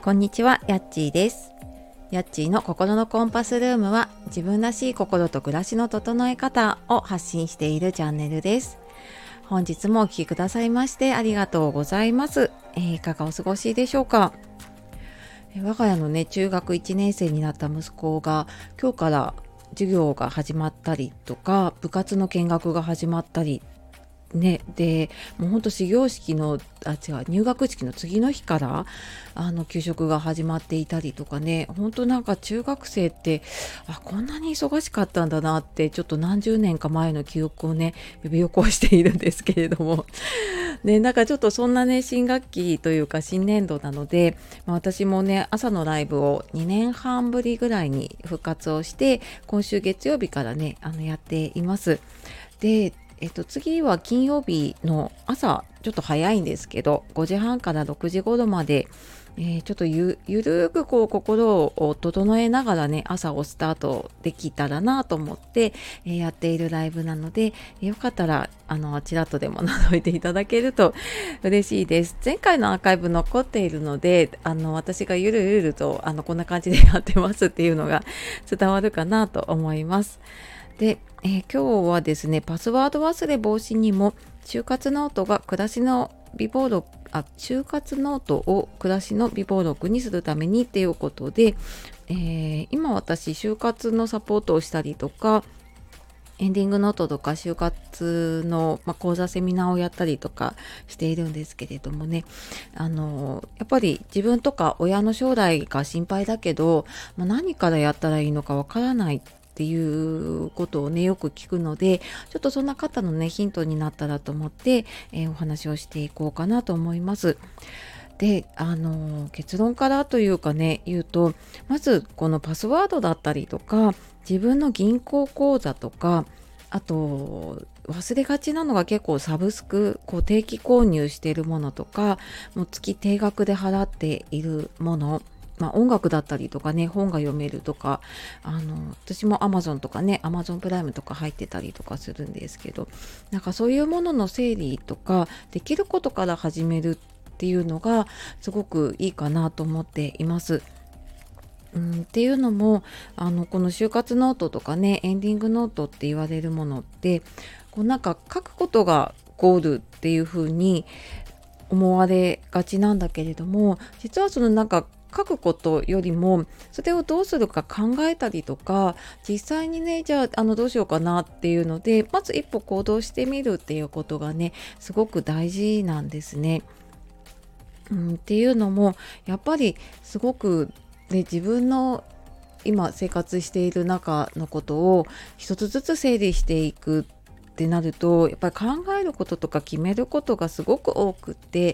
こんにちは、やっちーです。やっちーの心のコンパスルームは、自分らしい心と暮らしの整え方を発信しているチャンネルです。本日もお聞きくださいましてありがとうございます。いかがお過ごしでしょうか。我が家のね、中学1年生になった息子が今日から授業が始まったりとか、部活の見学が始まったりね、でもうほんと始業式の入学式の次の日から給食が始まっていたりとかね、ほんとなんか中学生ってこんなに忙しかったんだなって、ちょっと何十年か前の記憶をね呼び起こしているんですけれどもね、なんかちょっとそんなね、新学期というか新年度なので、私もね朝のライブを2年半ぶりぐらいに復活をして、今週月曜日からねやっています。で次は金曜日の朝、ちょっと早いんですけど、5時半から6時頃まで、ちょっとゆるーくこう心を整えながらね、朝をスタートできたらなと思って、やっているライブなので、よかったらちらっとでも覗いていただけると嬉しいです。前回のアーカイブ残っているので、私がゆるゆるとこんな感じでやってますっていうのが伝わるかなと思います。で、今日はですね、パスワード忘れ防止にも就活ノートが暮らしの就活ノートを暮らしの備忘録にするためにっていうことで、今私就活のサポートをしたりとか、エンディングノートとか就活の、講座セミナーをやったりとかしているんですけれどもね、やっぱり自分とか親の将来が心配だけど、何からやったらいいのかわからないっていうことをねよく聞くので、ちょっとそんな方のねヒントになったらと思って、お話をしていこうかなと思います。で、結論からというかね言うと、まずこのパスワードだったりとか、自分の銀行口座とか、あと忘れがちなのが結構サブスク、こう定期購入しているものとか、もう月定額で払っているもの、音楽だったりとかね、本が読めるとか、私も Amazon とかね、Amazon プライムとか入ってたりとかするんですけど、なんかそういうものの整理とか、できることから始めるっていうのがすごくいいかなと思っています。っていうのも、この就活ノートとかね、エンディングノートって言われるものって、こうなんか書くことがゴールっていう風に思われがちなんだけれども、実はそのなんか書くことよりも、それをどうするか考えたりとか、実際にね、じゃあ、どうしようかなっていうので、まず一歩行動してみるっていうことがね、すごく大事なんですね。っていうのも、やっぱりすごくね、自分の今生活している中のことを一つずつ整理していくってなると、やっぱり考えることとか決めることがすごく多くって、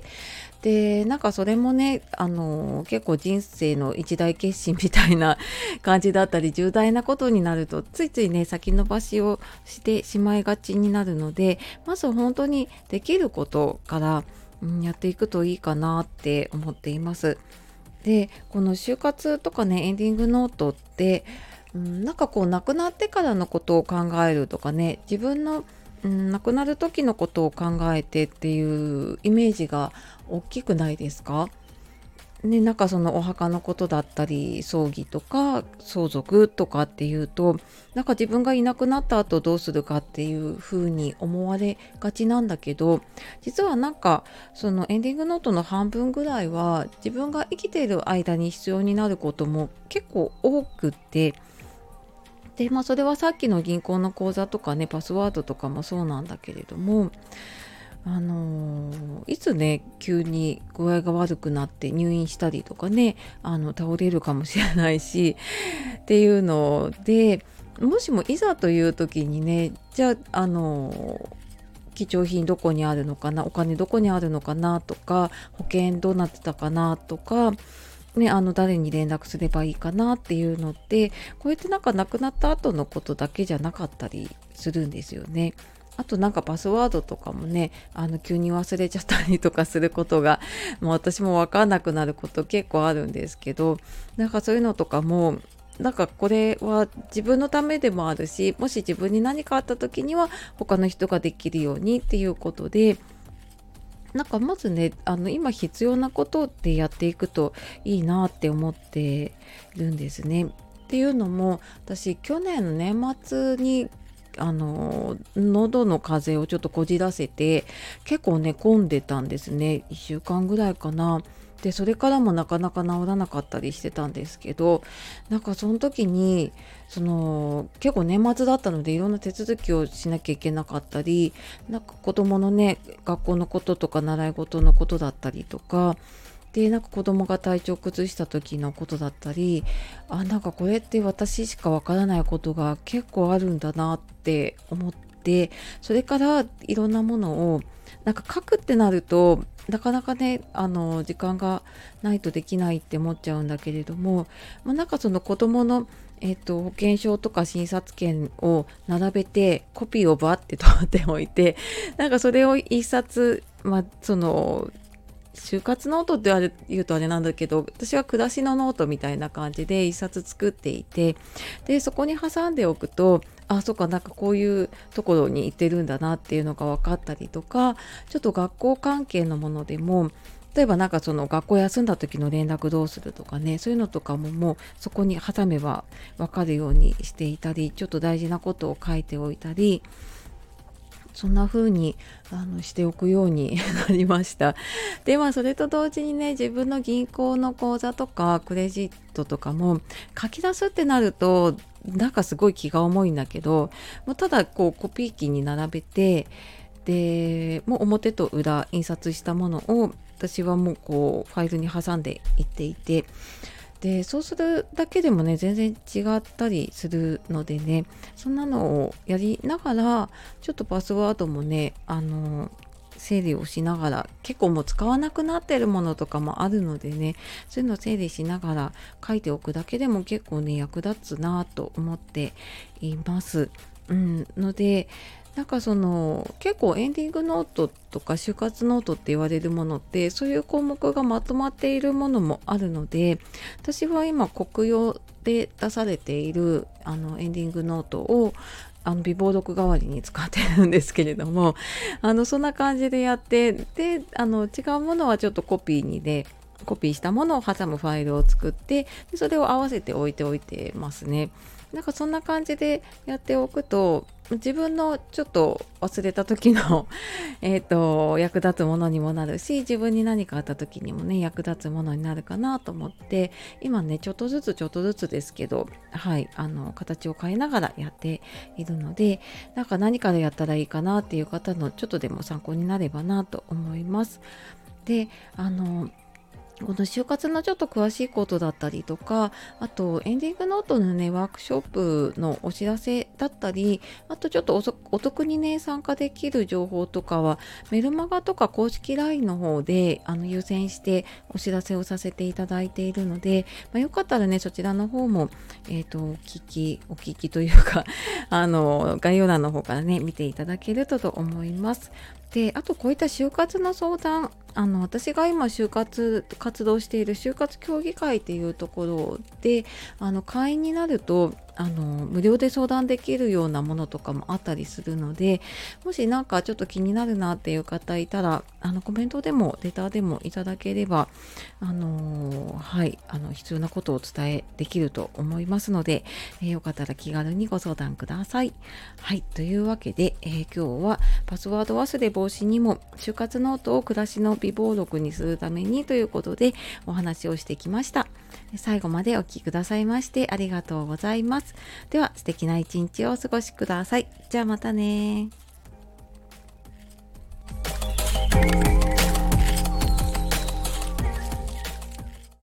でなんかそれもね結構人生の一大決心みたいな感じだったり、重大なことになるとついついね先延ばしをしてしまいがちになるので、まず本当にできることから、やっていくといいかなって思っています。で、この就活とかね、エンディングノートって、なんかこう亡くなってからのことを考えるとかね、自分の、亡くなる時のことを考えてっていうイメージが大きくないですか？ね、なんかそのお墓のことだったり、葬儀とか相続とかっていうと、なんか自分がいなくなった後どうするかっていう風に思われがちなんだけど、実はなんかそのエンディングノートの半分ぐらいは自分が生きている間に必要になることも結構多くって、でそれはさっきの銀行の口座とかね、パスワードとかもそうなんだけれども、いつね急に具合が悪くなって入院したりとかね、倒れるかもしれないしっていうので、もしもいざという時にね、じゃあ貴重品どこにあるのかな、お金どこにあるのかなとか、保険どうなってたかなとかね、誰に連絡すればいいかなっていうのって、こうやってなんか亡くなった後のことだけじゃなかったりするんですよね。あとなんかパスワードとかもね、急に忘れちゃったりとかすることが、もう私も分かんなくなること結構あるんですけど、なんかそういうのとかも、なんかこれは自分のためでもあるし、もし自分に何かあった時には他の人ができるようにっていうことで、 なんかまずね、今必要なことってやっていくといいなって思ってるんですね。っていうのも、私去年の年末に喉の風邪をちょっとこじらせて結構寝込んでたんですね。1週間ぐらいかな。でそれからもなかなか治らなかったりしてたんですけど、なんかその時に結構年末だったのでいろんな手続きをしなきゃいけなかったり、なんか子供のね学校のこととか習い事のことだったりとかで、なんか子供が体調崩した時のことだったり、なんかこれって私しかわからないことが結構あるんだなって思って、それからいろんなものをなんか書くってなるとなかなかね時間がないとできないって思っちゃうんだけれども、なんかその子供の保険証とか診察券を並べてコピーをバーって取っておいて、なんかそれを一冊、就活ノートって言うとあれなんだけど、私は暮らしのノートみたいな感じで一冊作っていて、でそこに挟んでおくと、そっか、なんかこういうところに行ってるんだなっていうのが分かったりとか、ちょっと学校関係のものでも、例えばなんかその学校休んだ時の連絡どうするとかね、そういうのとかももうそこに挟めば分かるようにしていたり、ちょっと大事なことを書いておいたり、そんな風にしておくようになりました。で、それと同時にね、自分の銀行の口座とかクレジットとかも書き出すってなると、なんかすごい気が重いんだけど、もうただこうコピー機に並べて、でもう表と裏印刷したものを私はもうこうファイルに挟んでいっていて、でそうするだけでもね全然違ったりするのでね、そんなのをやりながらちょっとパスワードもね整理をしながら、結構もう使わなくなってるものとかもあるのでね、そういうのを整理しながら書いておくだけでも結構ね役立つなと思っています。ので、なんか結構エンディングノートとか就活ノートって言われるものってそういう項目がまとまっているものもあるので、私は今国用で出されているエンディングノートを備忘録代わりに使ってるんですけれども、そんな感じでやって、で違うものはちょっとコピーしたものを挟むファイルを作って、でそれを合わせて置いておいてますね。なんかそんな感じでやっておくと、自分のちょっと忘れた時の役立つものにもなるし、自分に何かあった時にもね役立つものになるかなと思って、今ねちょっとずつですけど、はい形を変えながらやっているので、なんか何からやったらいいかなっていう方のちょっとでも参考になればなと思います。でこの就活のちょっと詳しいことだったりとか、あとエンディングノートのねワークショップのお知らせだったり、あとちょっとお得にね参加できる情報とかはメルマガとか公式 LINE の方で優先してお知らせをさせていただいているので、よかったらねそちらの方もお聞きというか概要欄の方からね見ていただけると思います。で、あとこういった就活の相談、私が今就活活動している就活協議会っていうところで会員になると無料で相談できるようなものとかもあったりするので、もしなんかちょっと気になるなっていう方いたらコメントでもレターでもいただければ必要なことをお伝えできると思いますので、よかったら気軽にご相談ください。はい、というわけで、今日はパスワード忘れ防止にも就活ノートを暮らしの備忘録にするためにということでお話をしてきました。最後までお聞きくださいましてありがとうございます。では素敵な一日をお過ごしください。じゃあまたね。